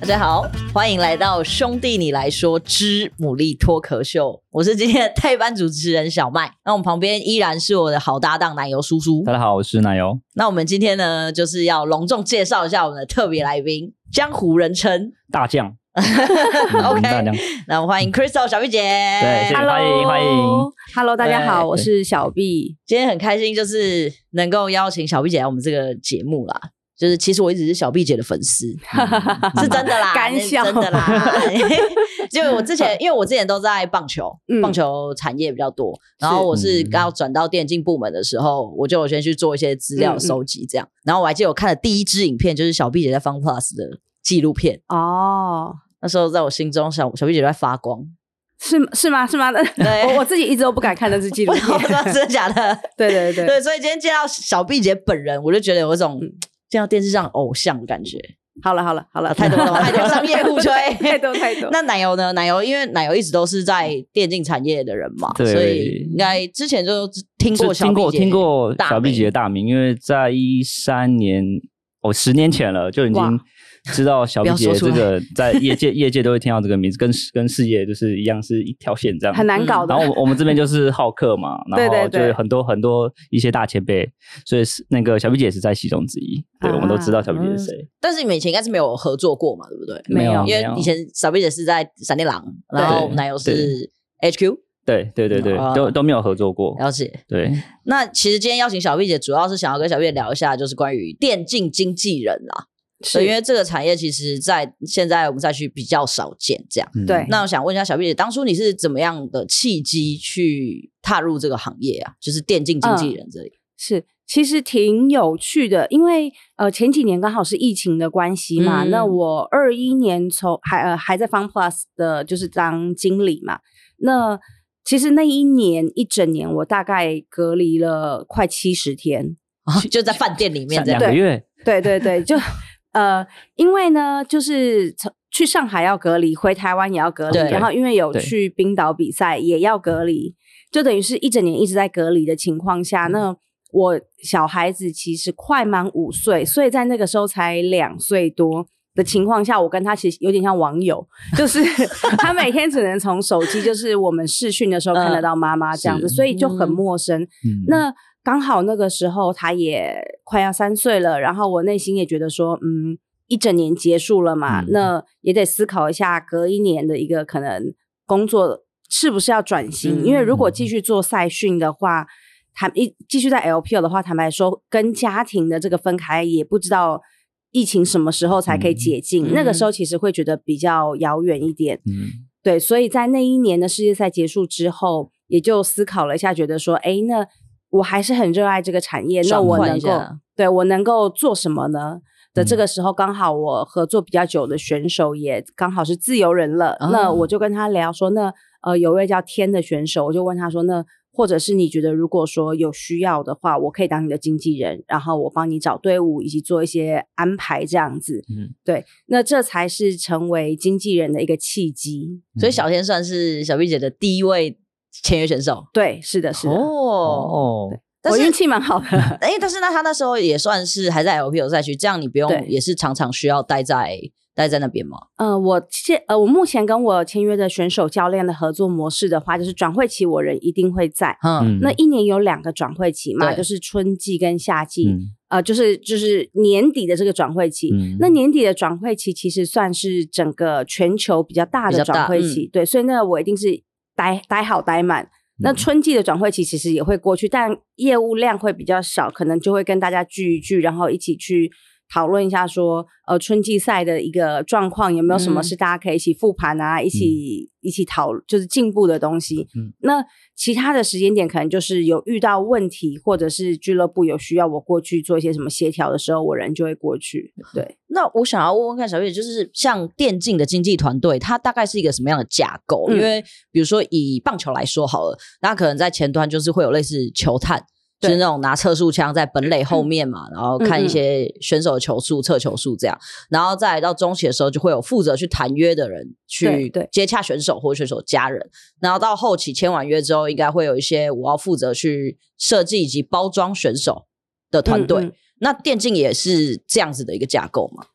大家好，欢迎来到兄弟你来说之牡蛎脱壳秀，我是今天的代班主持人小麦。那我们旁边依然是我的好搭档奶油叔叔。 大家好，我是奶油。 那我们今天呢，就是要隆重介绍一下我们的特别来宾，江湖人称大将。 OK， 大将。 那我们欢迎 Crystal 小 B 姐。 对，欢迎欢迎。 Hello， 大家好，我是小 B。 今天很开心，就是能够邀请小 B 姐来我们这个节目啦。就是其实我一直是小 B 姐的粉丝，是真的啦， 干笑真的啦。就我之前，因为我之前都在棒球产业比较多，然后我是刚转到电竞部门的时候，我就先去做一些资料收集，这样。然后我还记得我看的第一支影片就是小 B 姐在 FunPlus 的纪录片哦。 那时候在我心中，小 B 姐都在发光。 是吗？对，我自己一直都不敢看那支纪录片， 真的假的？ 对， 所以今天见到小 B 姐本人，我就觉得有一种见到电视上偶像的感觉。 好了， 太多了，太多商业互吹， 太多。 那奶油呢？奶油因为奶油一直都是在电竞产业的人嘛，所以应该之前就听过小 B 姐， 听过小 B 姐的大名，因为在13年10年前了，就已经知道小 B 姐这个在业界都会听到这个名字，跟事业就是一样是一条线这样， 很难搞的。 然后我们这边就是好客嘛，然后就很多一些大前辈，所以那个小 B 姐也是在其中之一。对，我们都知道小 B 姐是谁。 但是你们以前应该是没有合作过嘛，对不对？ 没有， 因为以前小 B 姐是在闪电狼，然后奶油是 HQ。 对，都没有合作过。 了解。 对， 那其实今天邀请小 B 姐，主要是想要跟小 B 姐聊一下，就是关于电竞经纪人啦。因为这个产业其实在现在我们再去比较少见这样。 对。 那我想问一下小 B 姐，当初你是怎么样的契机去踏入这个行业啊？就是电竞经纪人这里。 是，其实挺有趣的，因为前几年刚好是疫情的关系嘛，那我21年还在 FunPlus 的就是当经理嘛，那其实那一整年我大概隔离了快70天， 就在饭店里面这样。 2个月。 对，就因为呢，就是去上海要隔离，回台湾也要隔离，然后因为有去冰岛比赛也要隔离，就等于是一整年一直在隔离的情况下，那我小孩子其实快满5岁，所以在那个时候才2岁多的情况下，我跟他其实有点像网友，就是他每天只能从手机，就是我们视讯的时候看得到妈妈这样子，所以就很陌生。那刚好那个时候他也快要3岁了，然后我内心也觉得说，一整年结束了嘛，那也得思考一下隔一年的一个可能工作是不是要转型，因为如果继续做赛训的话，继续在 LPL 的话，坦白说跟家庭的这个分开，也不知道疫情什么时候才可以解禁，那个时候其实会觉得比较遥远一点。对，所以在那一年的世界赛结束之后，也就思考了一下，觉得说，那我还是很热爱这个产业，那我能够做什么呢？的这个时候，刚好我合作比较久的选手也刚好是自由人了，那我就跟他聊说，那有位叫天的选手，我就问他说，那或者是你觉得如果说有需要的话，我可以当你的经纪人，然后我帮你找队伍以及做一些安排这样子。对，那这才是成为经纪人的一个契机。 所以小天算是小 B 姐的第一位签约选手。 对，是的。 我运气蛮好的。 但是他那时候也算是还在 LPL 赛区，这样你不用也是常常需要待在那边吗？ 我目前跟我签约的选手教练的合作模式的话，就是转会期我人一定会在。那一年有2个转会期嘛，就是春季跟夏季。就是年底的这个转会期。那年底的转会期其实算是整个全球比较大的转会期。对，所以那我一定是待好待满。那春季的转会期其实也会过去，但业务量会比较少，可能就会跟大家聚一聚，然后一起去讨论一下说春季赛的一个状况，有没有什么是大家可以一起复盘啊，一起讨就是进步的东西。那其他的时间点可能就是有遇到问题，或者是俱乐部有需要我过去做一些什么协调的时候，我人就会过去。对， 那我想要问问看小 B， 就是像电竞的经纪团队，它大概是一个什么样的架构？因为比如说以棒球来说好了，那可能在前端就是会有类似球探，就是那种拿测速枪在本垒后面嘛，然后看一些选手的球速、测球速这样，然后再来到中期的时候，就会有负责去谈约的人去接洽选手或者选手家人，然后到后期签完约之后，应该会有一些我要负责去设计以及包装选手的团队。那电竞也是这样子的一个架构吗？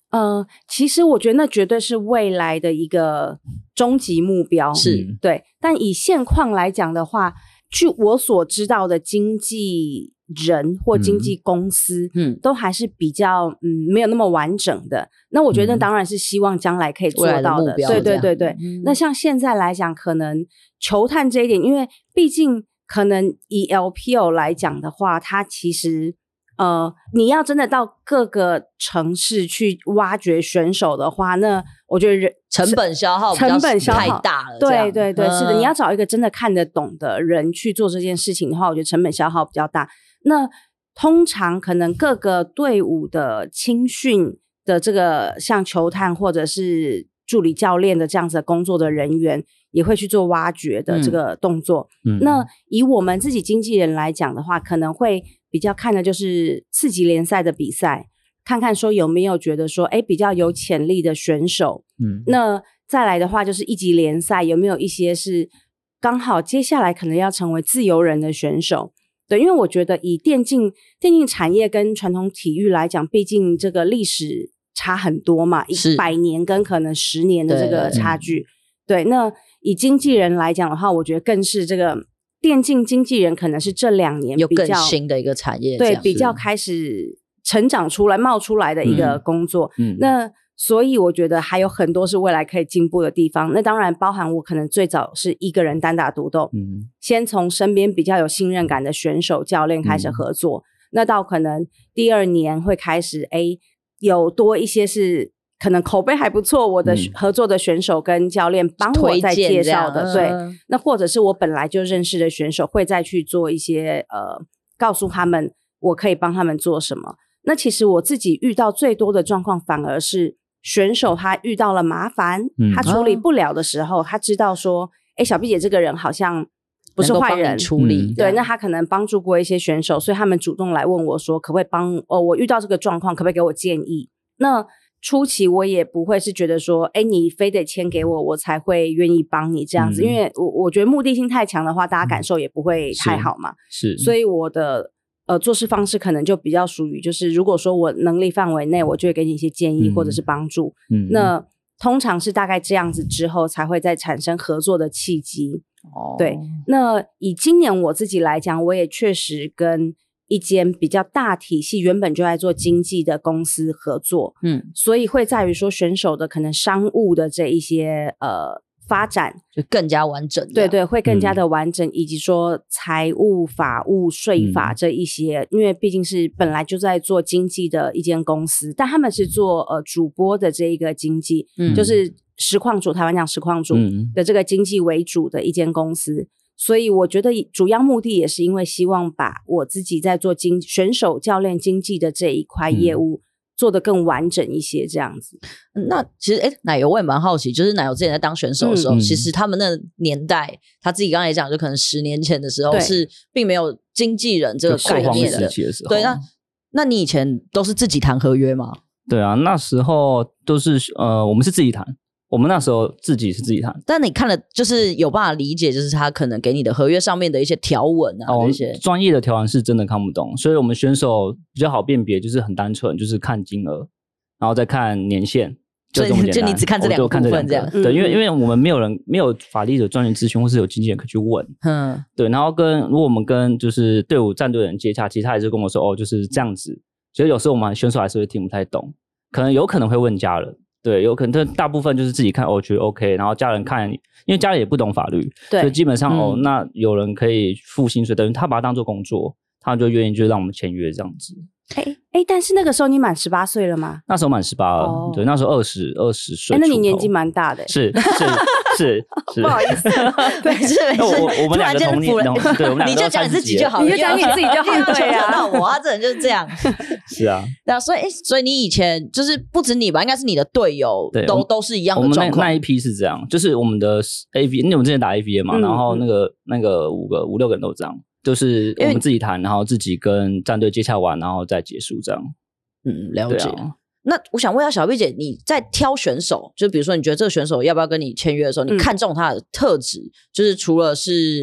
其实我觉得那绝对是未来的一个终极目标， 是对。但以现况来讲的话，据我所知道的经纪人或经纪公司，都还是比较没有那么完整的。那我觉得当然是希望将来可以做到的，对对对对。那像现在来讲，可能球探这一点，因为毕竟可能以 LPL 来讲的话，它其实你要真的到各个城市去挖掘选手的话，那我觉得成本消耗太大了。 对对对，是的，你要找一个真的看得懂的人去做这件事情的话，我觉得成本消耗比较大。那通常可能各个队伍的青训的这个像球探或者是助理教练的这样子的工作的人员也会去做挖掘的这个动作。那以我们自己经纪人来讲的话，可能会比较看的就是次级联赛的比赛，看看说有没有觉得说比较有潜力的选手。那再来的话就是一级联赛有没有一些是刚好接下来可能要成为自由人的选手。对，因为我觉得以电竞产业跟传统体育来讲，毕竟这个历史差很多嘛，100年跟可能10年的这个差距。对，那以经纪人来讲的话，我觉得更是这个电竞经纪人可能是这2年比较有更新的一个产业， 对，比较开始成长出来冒出来的一个工作。那所以我觉得还有很多是未来可以进步的地方。那当然包含我可能最早是一个人单打独斗，先从身边比较有信任感的选手教练开始合作，那到可能第2年会开始有多一些是可能口碑还不错，我的合作的选手跟教练帮我再介绍的，对。那或者是我本来就认识的选手会再去做一些告诉他们我可以帮他们做什么。那其实我自己遇到最多的状况反而是选手他遇到了麻烦，他处理不了的时候，他知道说小碧姐这个人好像不是坏人， 处理对，那他可能帮助过一些选手，所以他们主动来问我说可不可以帮我遇到这个状况可不可以给我建议。那初期我也不会是觉得说你非得签给我才会愿意帮你这样子，因为我觉得目的性太强的话，大家感受也不会太好嘛。 是， 所以我的做事方式可能就比较属于就是如果说我能力范围内，我就会给你一些建议或者是帮助。那通常是大概这样子之后才会再产生合作的契机。对，那以今年我自己来讲，我也确实跟一间比较大体系原本就在做经纪的公司合作，所以会在于说选手的可能商务的这一些发展就更加完整， 对对，会更加的完整，以及说财务、法务、税法这一些，因为毕竟是本来就在做经纪的一间公司，但他们是做主播的这一个经纪，就是实况主，台湾讲实况主的这个经纪为主的一间公司。所以我觉得主要目的也是因为希望把我自己在做选手教练经纪的这一块业务做得更完整一些这样子。 那其实奶油我也蛮好奇，就是奶油之前在当选手的时候，其实他们那年代他自己刚才也讲，就可能10年前的时候是并没有经纪人这个概念的。对，那你以前都是自己谈合约吗？ 对啊，那时候都是我们是自己谈。我们那时候自己谈， 但你看了就是有办法理解，就是他可能给你的合约上面的一些条文啊，那些专业的条文是真的看不懂，所以我们选手比较好辨别，就是很单纯，就是看金额，然后再看年限，就这么简单。 就你只看这2个部分这样。 对，因为我们没有法律的专业咨询，或是有经纪人可以去问。对，然后如果我们跟就是队伍战队人接洽，其实他也是跟我说就是这样子。所以有时候我们选手还是会听不太懂，有可能会问家人。对，有可能，但大部分就是自己看觉得 OK， 然后家人看，因为家人也不懂法律，所以基本上那有人可以付薪水，等于他把它当做工作，他就愿意就让我们签约这样子。 但是那个时候你满18岁了吗？ 那时候满18了，对，那时候20岁。 那你年纪蛮大的。 是， 不好意思， 没事。 我们2个同年，对，我们2个你就讲你自己就好， 你就讲你自己就好，对啊， 我这人就是这样。 是啊， 对啊，所以你以前就是不止你吧，应该是你的队友都是一样的状况。 我们那一批是这样，就是我们的 AV， 因为我们之前打 AVA 嘛，然后那个5、6个人都这样。就是我们自己谈，然后自己跟战队接洽完，然后再结束这样。 了解。那我想问一下小碧姐，你在挑选手，就比如说你觉得这个选手要不要跟你签约的时候，你看中他的特质，就是除了是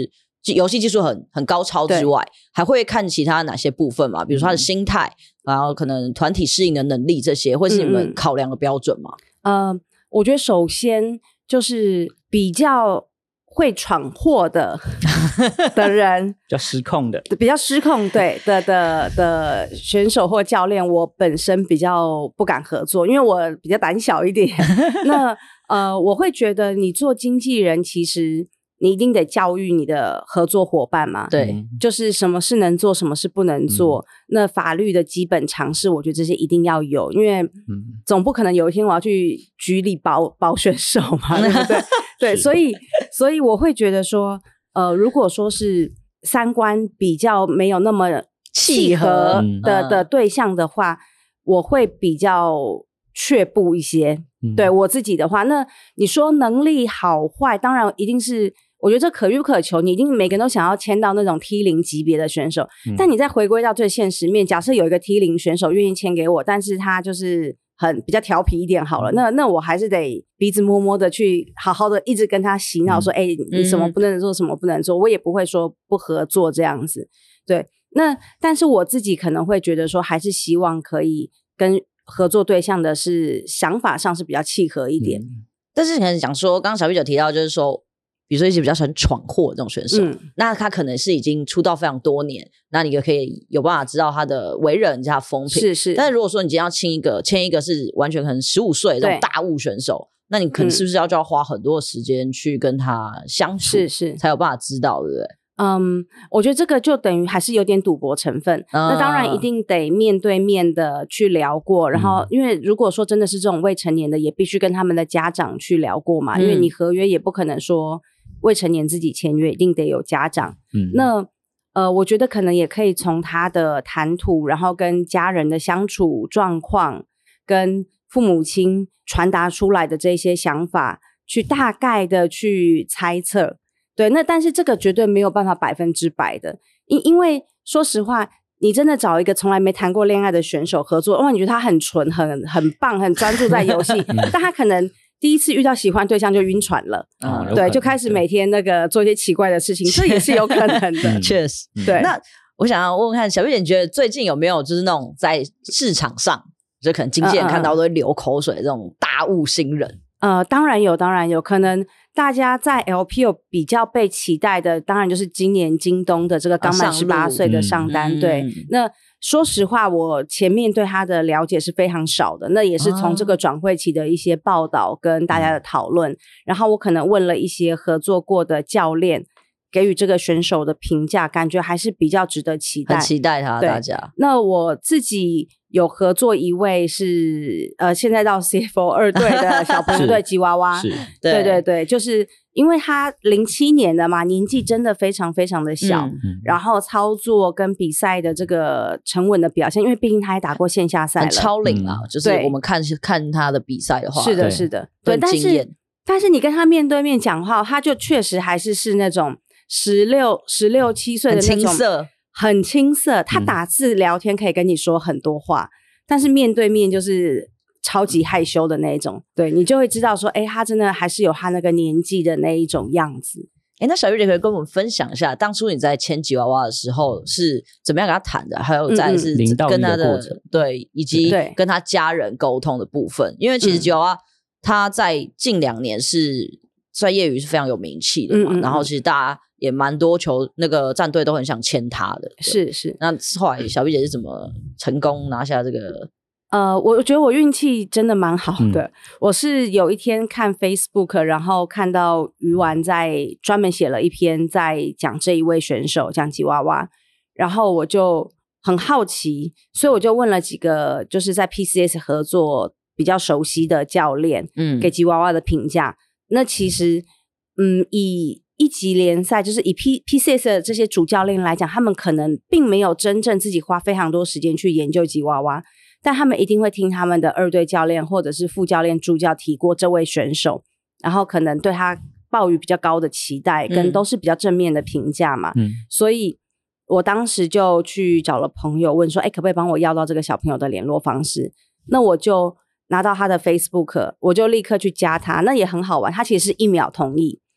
游戏技术很高超之外，还会看其他哪些部分嘛？比如说他的心态，然后可能团体适应的能力，这些会是你们考量的标准吗？ 我觉得首先就是比较会闯祸的人， 比较失控的， 比较失控对的选手或教练，我本身比较不敢合作，因为我比较胆小一点。那我会觉得你做经纪人，其实你一定得教育你的合作伙伴嘛， 对， 就是什么是能做，什么是不能做。那法律的基本常识，我觉得这些一定要有，因为总不可能有一天我要去局里保选手嘛，对不对？对，所以我会觉得说，如果说是三观比较没有那么契合的对象的话，我会比较却步一些。对我自己的话，那你说能力好坏，当然一定是。我觉得这可遇不可求，你一定每个人都想要签到那种 T0 级别的选手，但你再回归到最现实面，假设有一个 T0 选手愿意签给我，但是他就是比较调皮一点好了，那我还是得鼻子摸摸的去好好的一直跟他洗脑说，你什么不能做，什么不能做，我也不会说不合作这样子。对，那但是我自己可能会觉得说，还是希望可以跟合作对象的是想法上是比较契合一点。 但是可能讲说，刚刚小 B 有提到就是说，比如说一些比较喜欢闯祸的这种选手，那他可能是已经出道非常多年，那你就可以有办法知道他的为人加风评。 是。 但是如果说你今天要签一个是完全可能15岁这种大物选手，那你可能是不是就要花很多的时间去跟他相处， 是才有办法知道，对不对？ 我觉得这个就等于还是有点赌博成分。那当然一定得面对面的去聊过，然后因为如果说真的是这种未成年的，也必须跟他们的家长去聊过嘛，因为你合约也不可能说未成年自己签约，一定得有家长。那我觉得可能也可以从他的谈吐，然后跟家人的相处状况，跟父母亲传达出来的这些想法，去大概的去猜测。对，那但是这个绝对没有办法100%的，因为说实话，你真的找一个从来没谈过恋爱的选手合作，哇，你觉得他很纯、很棒、很专注在游戏，但他可能第一次遇到喜欢对象就晕船了，对，就开始每天那个做一些奇怪的事情，这也是有可能的， 确实。 对， 那我想要问问看，小 B 姐，你觉得最近有没有就是那种在市场上，就可能经纪人看到都会流口水这种大物新人？ 当然有，可能大家在 LPL 比较被期待的，当然就是今年京东的这个刚满18岁的上单。对，那说实话，我前面对他的了解是非常少的，那也是从这个转会期的一些报道跟大家的讨论，然后我可能问了一些合作过的教练，给予这个选手的评价，感觉还是比较值得期待， 很期待他。大家， 那我自己有合作一位是现在到 CFO 2队的小朋友队吉娃娃，对，就是因为他07年的嘛，年纪真的非常非常的小，然后操作跟比赛的这个沉稳的表现，因为毕竟他还打过线下赛了， 很超龄啊，就是我们看他的比赛的话， 是的，对，但是你跟他面对面讲话，他就确实还是那种16、17岁的那种，很青涩。他打字聊天可以跟你说很多话，但是面对面就是超级害羞的那一种。对，你就会知道说，他真的还是有他那个年纪的那一种样子。 那小 B 姐可以跟我们分享一下，当初你在签吉娃娃的时候是怎么样跟他谈的？还有再是跟他的对，以及跟他家人沟通的部分。因为其实吉娃娃他在近2年是在业余是非常有名气的嘛，然后其实大家也蛮多那个战队都很想签他的， 是。 那后来小 B 姐是怎么成功拿下这个？ 我觉得我运气真的蛮好的。我是有一天看 Facebook， 然后看到鱼丸在专门写了一篇在讲这一位选手，讲吉娃娃，然后我就很好奇，所以我就问了几个就是在 PCS 合作比较熟悉的教练，给吉娃娃的评价。那其实以一级联赛，就是以 PCS 的这些主教练来讲，他们可能并没有真正自己花非常多时间去研究吉娃娃，但他们一定会听他们的2队教练或者是副教练助教提过这位选手，然后可能对他抱有比较高的期待，跟都是比较正面的评价嘛。所以我当时就去找了朋友问说，可不可以帮我要到这个小朋友的联络方式？那我就拿到他的 Facebook， 我就立刻去加他，那也很好玩，他其实是1秒同意。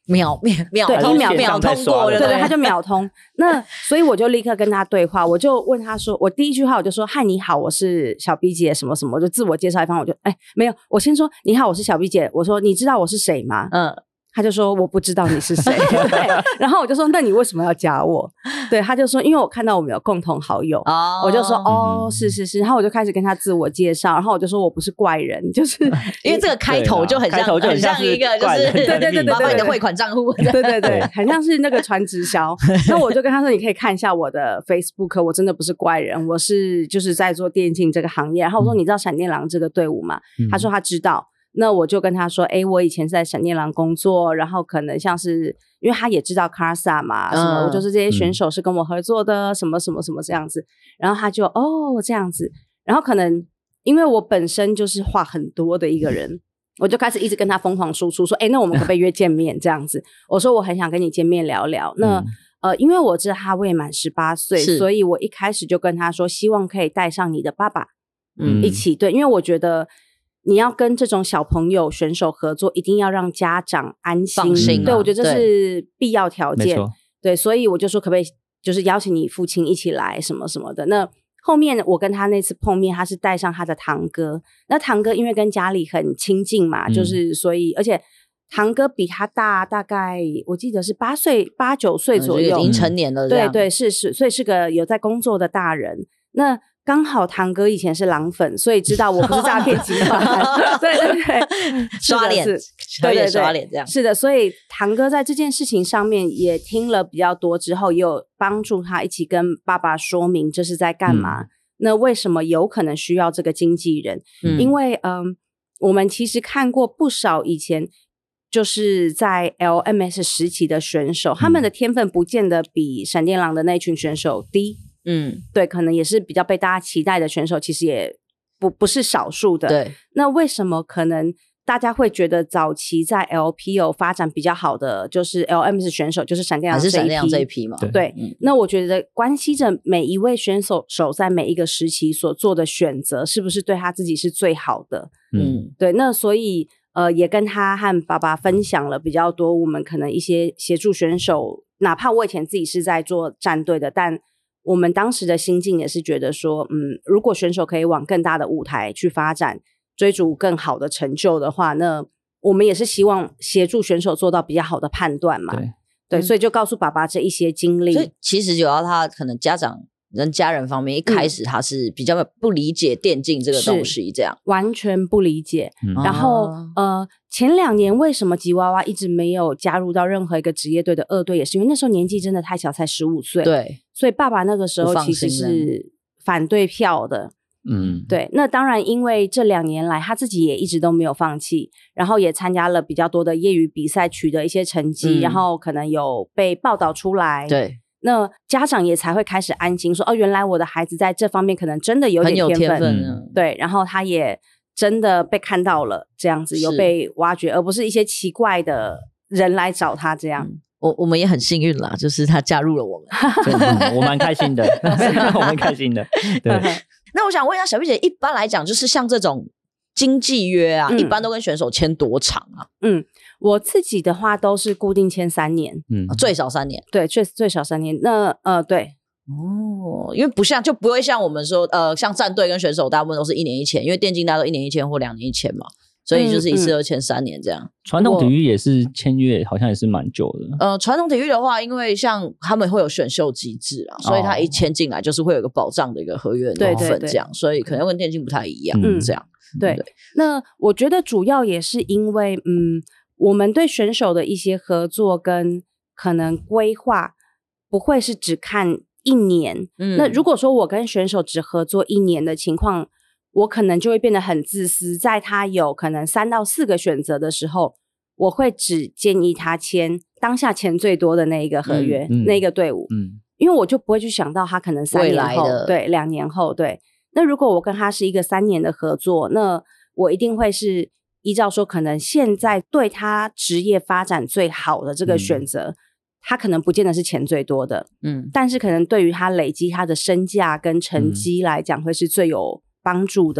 秒通过了， 对，他就秒通。那所以我就立刻跟他对话，我就问他说，我第一句话我就说嗨你好，我是小 B 姐什么什么，我就自我介绍一番，我就没有，我先说你好，我是小 B 姐，我说你知道我是谁吗？他就说我不知道你是谁对，然后我就说那你为什么要加我？对，他就说因为我看到我们有共同好友我就说是，然后我就开始跟他自我介绍，然后我就说我不是怪人，就是因为这个开头就很像一个就是对麻烦你的汇款账户， 对，很像是那个传直销。那我就跟他说你可以看一下我的 Facebook， 我真的不是怪人，我是就是在做电竞这个行业。然后我说你知道闪电狼这个队伍吗？他说他知道。那我就跟他说我以前是在闪电狼工作，然后可能像是因为他也知道 Karsa 嘛什么，我就是这些选手是跟我合作的什么什么什么这样子，然后他就这样子，然后可能因为我本身就是话很多的一个人，我就开始一直跟他疯狂输出说那我们可不可以约见面这样子，我说我很想跟你见面聊聊。那因为我知道他未满18岁，所以我一开始就跟他说希望可以带上你的爸爸一起，对，因为我觉得你要跟这种小朋友选手合作，一定要让家长安心， 放心对，我觉得这是必要条件，对，所以我就说可不可以就是邀请你父亲一起来什么什么的。那后面我跟他那次碰面，他是带上他的堂哥，那堂哥因为跟家里很亲近嘛，就是所以而且堂哥比他大概我记得是8岁8、9岁左右， 已经成年了， 对，是，所以是个有在工作的大人。那刚好堂哥以前是狼粉，所以知道我不是诈骗集团对， 刷脸，对，刷脸这样。 是的，所以堂哥在这件事情上面也听了比较多之后，也有帮助他一起跟爸爸说明这是在干嘛，那为什么有可能需要这个经纪人，因为我们其实看过不少以前就是在 LMS 时期的选手，他们的天分不见得比闪电狼的那群选手低，对，可能也是比较被大家期待的选手，其实也不是少数的。 对， 那为什么可能大家会觉得早期在 LPO 发展比较好的就是 LMS 选手，就是闪电狼这一批嘛？ 对，那我觉得关系着每一位选手在每一个时期所做的选择，是不是对他自己是最好的？对，那所以也跟他和爸爸分享了比较多，我们可能一些协助选手，哪怕我以前自己是在做战队的，但我们当时的心境也是觉得说如果选手可以往更大的舞台去发展，追逐更好的成就的话，那我们也是希望协助选手做到比较好的判断嘛。对，所以就告诉爸爸这一些经历。 所以其实主要他可能家长跟家人方面一开始他是比较不理解电竞这个东西，这样完全不理解。然后前2年为什么吉娃娃一直没有加入到任何一个职业队的2队，也是因为那时候年纪真的太小，才15岁。 对， 所以爸爸那个时候其实是反对票的。对，那当然因为这2年来他自己也一直都没有放弃，然后也参加了比较多的业余比赛，取得一些成绩，然后可能有被报道出来。 对， 那家长也才会开始安心说原来我的孩子在这方面可能真的有点天分。对，然后他也真的被看到了，这样子有被挖掘，而不是一些奇怪的人来找他这样。 我们也很幸运啦，就是他加入了我们我蛮开心的我蛮开心的。对， 那我想问一下小 B 姐，一般来讲就是像这种经纪约啊，一般都跟选手签多长啊？ 我自己的话都是固定签3年， 最少3年。 对，最少3年。那对。 因为就不会像我们说像战队跟选手大部分都是1年1签，因为电竞大家都1年1签或2年1签嘛，所以就是一次就签3年这样。 传统体育也是签约好像也是蛮久的。 传统体育的话，因为像他们会有选秀机制啊，所以他一签进来就是会有一个保障的一个合约的部分这样，所以可能跟电竞不太一样这样。 对，那我觉得主要也是因为我们对选手的一些合作跟可能规划不会是只看1年。那如果说我跟选手只合作1年的情况，我可能就会变得很自私，在他有可能3到4个选择的时候，我会只建议他签当下钱最多的那一个合约，那一个队伍。因为我就不会去想到他可能3年后，对，2年后，对。那如果我跟他是一个3年的合作，那我一定会是依照说可能现在对他职业发展最好的这个选择，他可能不见得是钱最多的，但是可能对于他累积他的身价跟成绩来讲，会是最有帮助的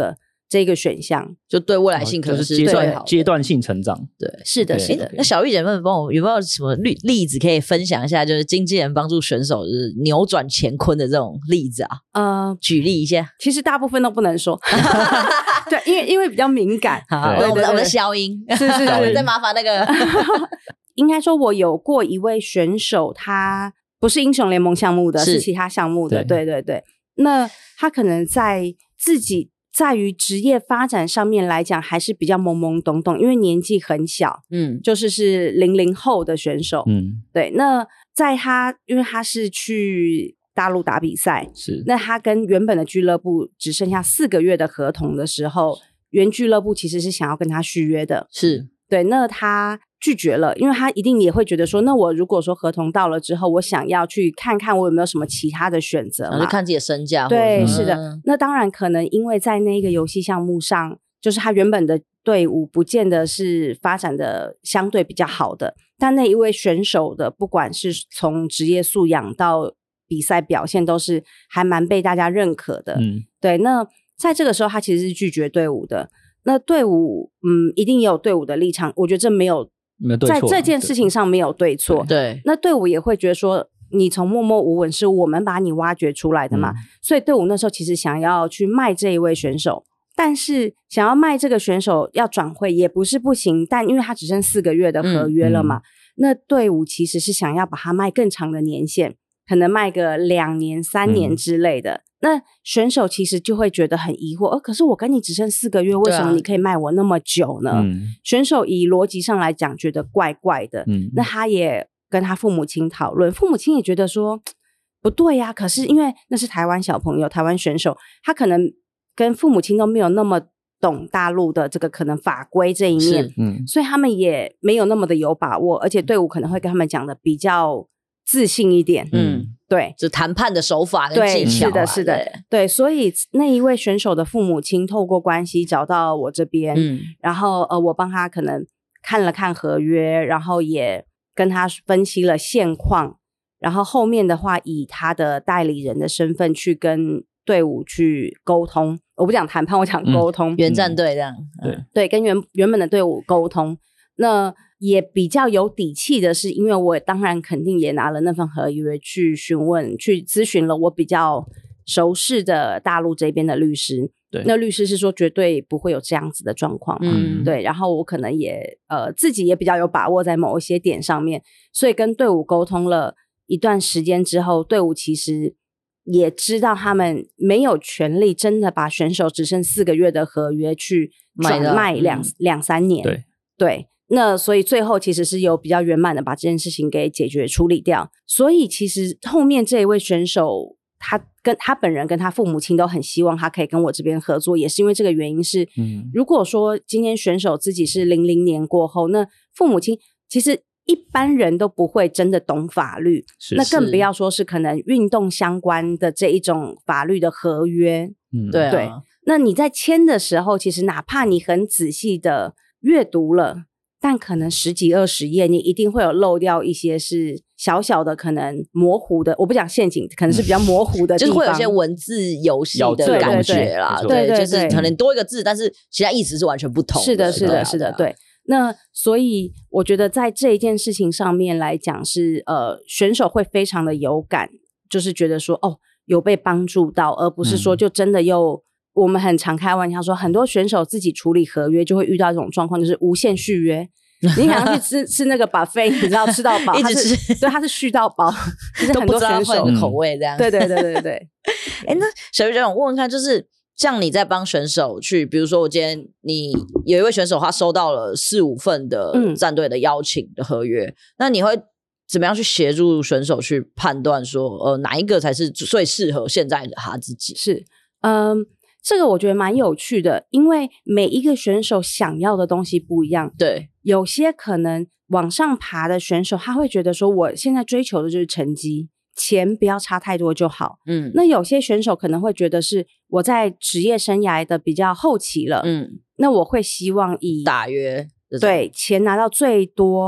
这个选项， 就对未来性可能是最好的阶段性成长。 对，是的，是的。 那小玉姐妹帮我有没有什么例子可以分享一下？就是经纪人帮助选手就是扭转乾坤的这种例子啊？举例一下。 其实大部分都不能说，对，因为比较敏感。 好，我们消音， 是再麻烦那个。 应该说，我有过一位选手，他不是英雄联盟项目的，是其他项目的。对对对，那他可能在自己在于职业发展上面来讲，还是比较懵懵懂懂，因为年纪很小，就是00后的选手，对。那在他，因为他是去大陆打比赛， 是那他跟原本的俱乐部只剩下4个月的合同的时候，原俱乐部其实是想要跟他续约的， 是对。那他拒绝了，因为他一定也会觉得说，那我如果说合同到了之后，我想要去看看我有没有什么其他的选择嘛， 就看自己的身价。 对，是的。那当然可能因为在那个游戏项目上，就是他原本的队伍不见得是发展的相对比较好的，但那一位选手的不管是从职业素养到比赛表现都是还蛮被大家认可的。对。那在这个时候他其实是拒绝队伍的，那队伍一定也有队伍的立场，我觉得这没有对错， 在这件事情上没有对错。 对， 那队伍也会觉得说，你从默默无闻是我们把你挖掘出来的嘛，所以队伍那时候其实想要去卖这一位选手，但是想要卖这个选手要转会也不是不行，但因为他只剩4个月的合约了嘛，那队伍其实是想要把它卖更长的年限，可能卖个2年3年之类的。那选手其实就会觉得很疑惑，可是我跟你只剩4个月，为什么你可以卖我那么久呢？选手以逻辑上来讲觉得怪怪的。那他也跟他父母亲讨论，父母亲也觉得说不对呀，可是因为那是台湾小朋友，台湾选手，他可能跟父母亲都没有那么懂大陆的这个可能法规这一面，所以他们也没有那么的有把握，而且队伍可能会跟他们讲的比较自信一点。对， 就谈判的手法跟技巧。 是的，是的，对。所以那一位选手的父母亲透过关系找到我这边，然后我帮他可能看了看合约，然后也跟他分析了现况，然后后面的话以他的代理人的身份去跟队伍去沟通。我不讲谈判，我讲沟通。 原战队这样， 对，跟原本的队伍沟通。那也比较有底气的是，因为我当然肯定也拿了那份合约去询问、去咨询了我比较熟识的大陆这边的律师。 对， 那律师是说绝对不会有这样子的状况嘛。对，然后我可能也自己也比较有把握在某一些点上面，所以跟队伍沟通了一段时间之后，队伍其实也知道他们没有权利真的把选手只剩4个月的合约去转卖两三年。对。那所以最后其实是有比较圆满的把这件事情给解决处理掉。所以其实后面这一位选手，他本人跟他父母亲都很希望他可以跟我这边合作，也是因为这个原因是，如果说今天选手自己是00年过后，那父母亲其实一般人都不会真的懂法律，那更不要说是可能运动相关的这一种法律的合约。对，那你在签的时候，其实哪怕你很仔细的阅读了，但可能10几20页，你一定会有漏掉一些是小小的可能模糊的，我不讲陷阱，可能是比较模糊的地方， 就是会有些文字游戏的感觉啦。对，就是可能多一个字，但是其他意思是完全不同的。 是的，是的，是的，对。那所以我觉得在这一件事情上面来讲是选手会非常的有感，就是觉得说有被帮助到，而不是说就真的又我们很常开玩笑说，很多选手自己处理合约就会遇到这种状况，就是无限续约。你想要去吃那个 buffet， 你知道吃到饱， 一直吃， 对，他是续到饱，就是很多选手的口味这样。 对。 那小玉姐，我问问看，就是像你在帮选手去，比如说我今天你有一位选手，他收到了4、5份的战队的邀请的合约，那你会怎么样去协助选手去判断说，哪一个才是最适合现在的他自己？ 是，这个我觉得蛮有趣的，因为每一个选手想要的东西不一样。 对， 有些可能往上爬的选手，他会觉得说，我现在追求的就是成绩，钱不要差太多就好。那有些选手可能会觉得是我在职业生涯的比较后期了，那我会希望以打约， 对，钱拿到最多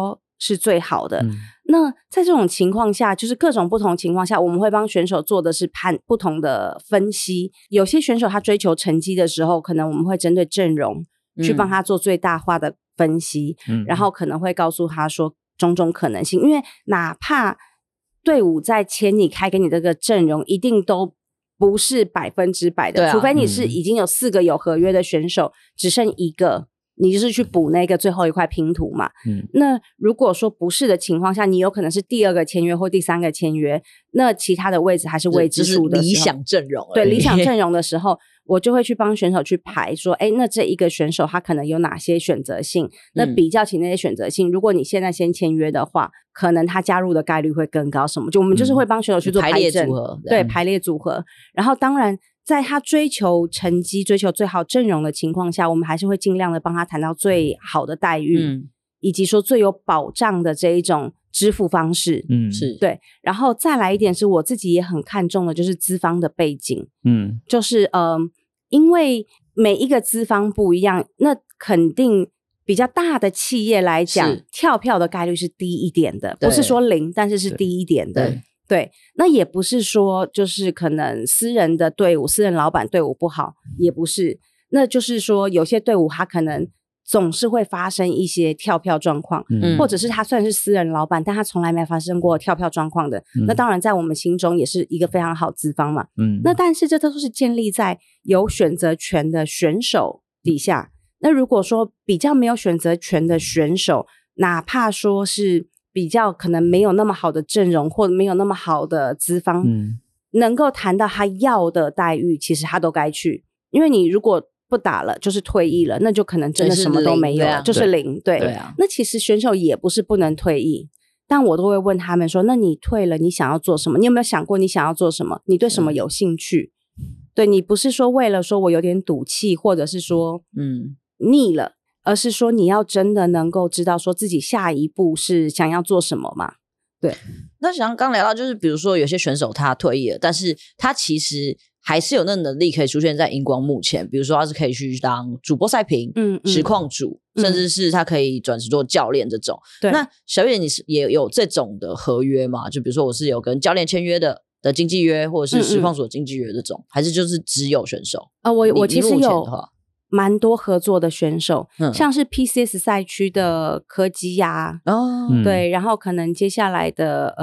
是最好的。那在这种情况下，就是各种不同情况下，我们会帮选手做的是不同的分析。有些选手他追求成绩的时候，可能我们会针对阵容去帮他做最大化的分析，然后可能会告诉他说种种可能性，因为哪怕队伍在签你开给你这个阵容，一定都不是100%的，除非你是已经有4个有合约的选手，只剩1个，你就是去补那个最后一块拼图嘛。那如果说不是的情况下，你有可能是第2个签约或第3个签约，那其他的位置还是未知数的时候， 理想阵容。 对，理想阵容的时候，我就会去帮选手去排说，那这一个选手他可能有哪些选择性，那比较起那些选择性，如果你现在先签约的话，可能他加入的概率会更高什么，就我们就是会帮选手去做排列组合。 对，排列组合。然后当然在他追求成绩追求最好阵容的情况下，我们还是会尽量的帮他谈到最好的待遇，以及说最有保障的这一种支付方式。 是对。然后再来一点是我自己也很看重的，就是资方的背景。就是因为每一个资方不一样，那肯定比较大的企业来讲，跳票的概率是低一点的，不是说0，但是是低一点的。对，那也不是说就是可能私人的队伍，私人老板队伍不好，也不是。那就是说有些队伍他可能总是会发生一些跳票状况，或者是他虽然是私人老板，但他从来没发生过跳票状况的，那当然在我们心中也是一个非常好资方嘛。那但是这都是建立在有选择权的选手底下。那如果说比较没有选择权的选手，哪怕说是比较可能没有那么好的阵容，或者没有那么好的资方，能够谈到他要的待遇，其实他都该去。因为你如果不打了，就是退役了，那就可能真的什么都没有了，就是0。对，那其实选手也不是不能退役，但我都会问他们说，那你退了你想要做什么？你有没有想过你想要做什么？你对什么有兴趣？对，你不是说为了说我有点赌气，或者是说腻了，而是说你要真的能够知道说自己下一步是想要做什么嘛。对。 那像刚聊到就是比如说有些选手他退役了，但是他其实还是有那能力可以出现在荧光幕前，比如说他是可以去当主播赛评、实况主，甚至是他可以转职做教练这种。那小月你是也有这种的合约吗？就比如说我是有跟教练签约的经纪约，或者是实况主的经纪约这种，还是就是只有选手？ 我其实有蛮多合作的选手，像是 PCS 赛区的柯基呀，对，然后可能接下来的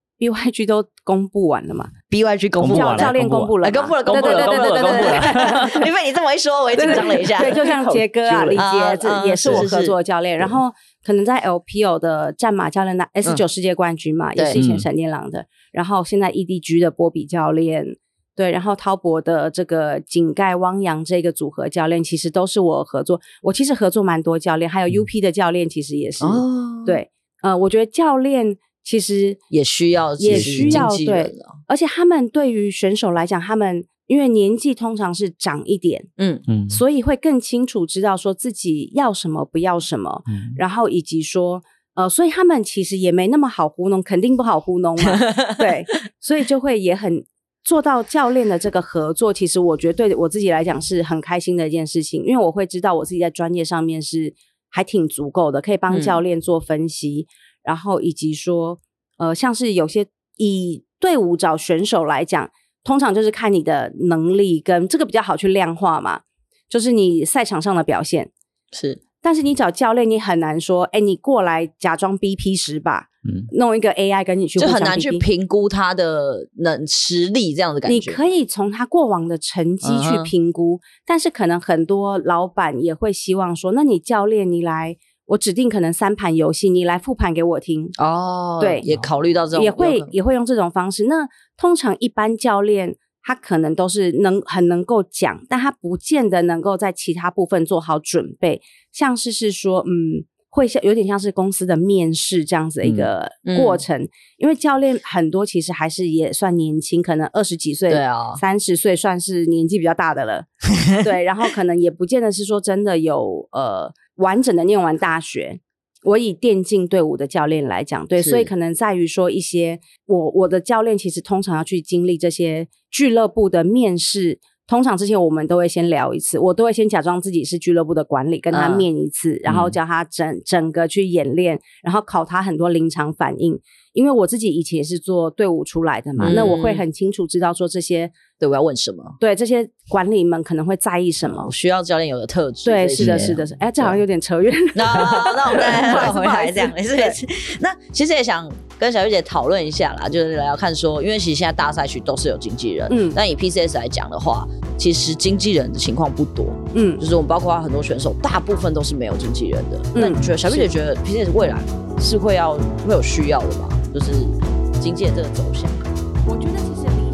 BYG 都公布完了嘛 ？BYG 公布完了， 教练公布了， 公布了。因为你这么一说，我也紧张了一下。 对，就像杰哥啊、李杰，这也是我合作的教练。然后可能在 LPO 的战马教练拿 S9 世界冠军嘛，也是以前闪电狼的。然后现在 EDG 的波比教练。对，然后滔博的这个井盖汪洋这个组合教练，其实都是我合作。我其实合作蛮多教练，还有 UP 的教练，其实也是。对，我觉得教练其实也需要对， 而且他们对于选手来讲，他们因为年纪通常是长一点，所以会更清楚知道说自己要什么不要什么，然后以及说所以他们其实也没那么好糊弄，肯定不好糊弄嘛。对，所以就会也很做到教练的这个合作，其实我觉得对我自己来讲是很开心的一件事情，因为我会知道我自己在专业上面是还挺足够的，可以帮教练做分析，然后以及说像是有些以队伍找选手来讲，通常就是看你的能力跟这个比较好去量化嘛，就是你赛场上的表现是， 但是你找教练你很难说你过来假装 BP10把弄一个 AI 跟你去互相 BP， 就很难去评估他的实力这样的感觉。 你可以从他过往的成绩去评估，但是可能很多老板也会希望说，那你教练你来，我指定可能3盘游戏，你来复盘给我听。对， 也考虑到这种， 也会用这种方式。那通常一般教练他可能都是很能够讲，但他不见得能够在其他部分做好准备，像是说会有点像是公司的面试这样子的一个过程，因为教练很多其实还是也算年轻，可能20几岁30岁算是年纪比较大的了。对，然后可能也不见得是说真的有完整的念完大学。我以电竞队伍的教练来讲，对，所以可能在于说一些我的教练其实通常要去经历这些俱乐部的面试， 通常之前我们都会先聊一次，我都会先假装自己是俱乐部的管理，跟他面一次，然后教他整个去演练，然后考他很多临场反应。因为我自己以前也是做队伍出来的嘛，那我会很清楚知道说这些对我要问什么， 对这些管理们可能会在意什么， 需要教练有的特质。 对，是的，是的，哎，这好像有点扯远。 那我们再回来这样，没事。那其实也想跟小玉姐讨论一下啦，就是聊聊看说，因为其实现在大赛区都是有经纪人，但以 PCS 来讲的话，其实经纪人的情况不多，就是我们包括很多选手，大部分都是没有经纪人的。那你觉得小玉姐觉得 PCS 未来是会有需要的吗？就是经纪人这个走向？ 我觉得其实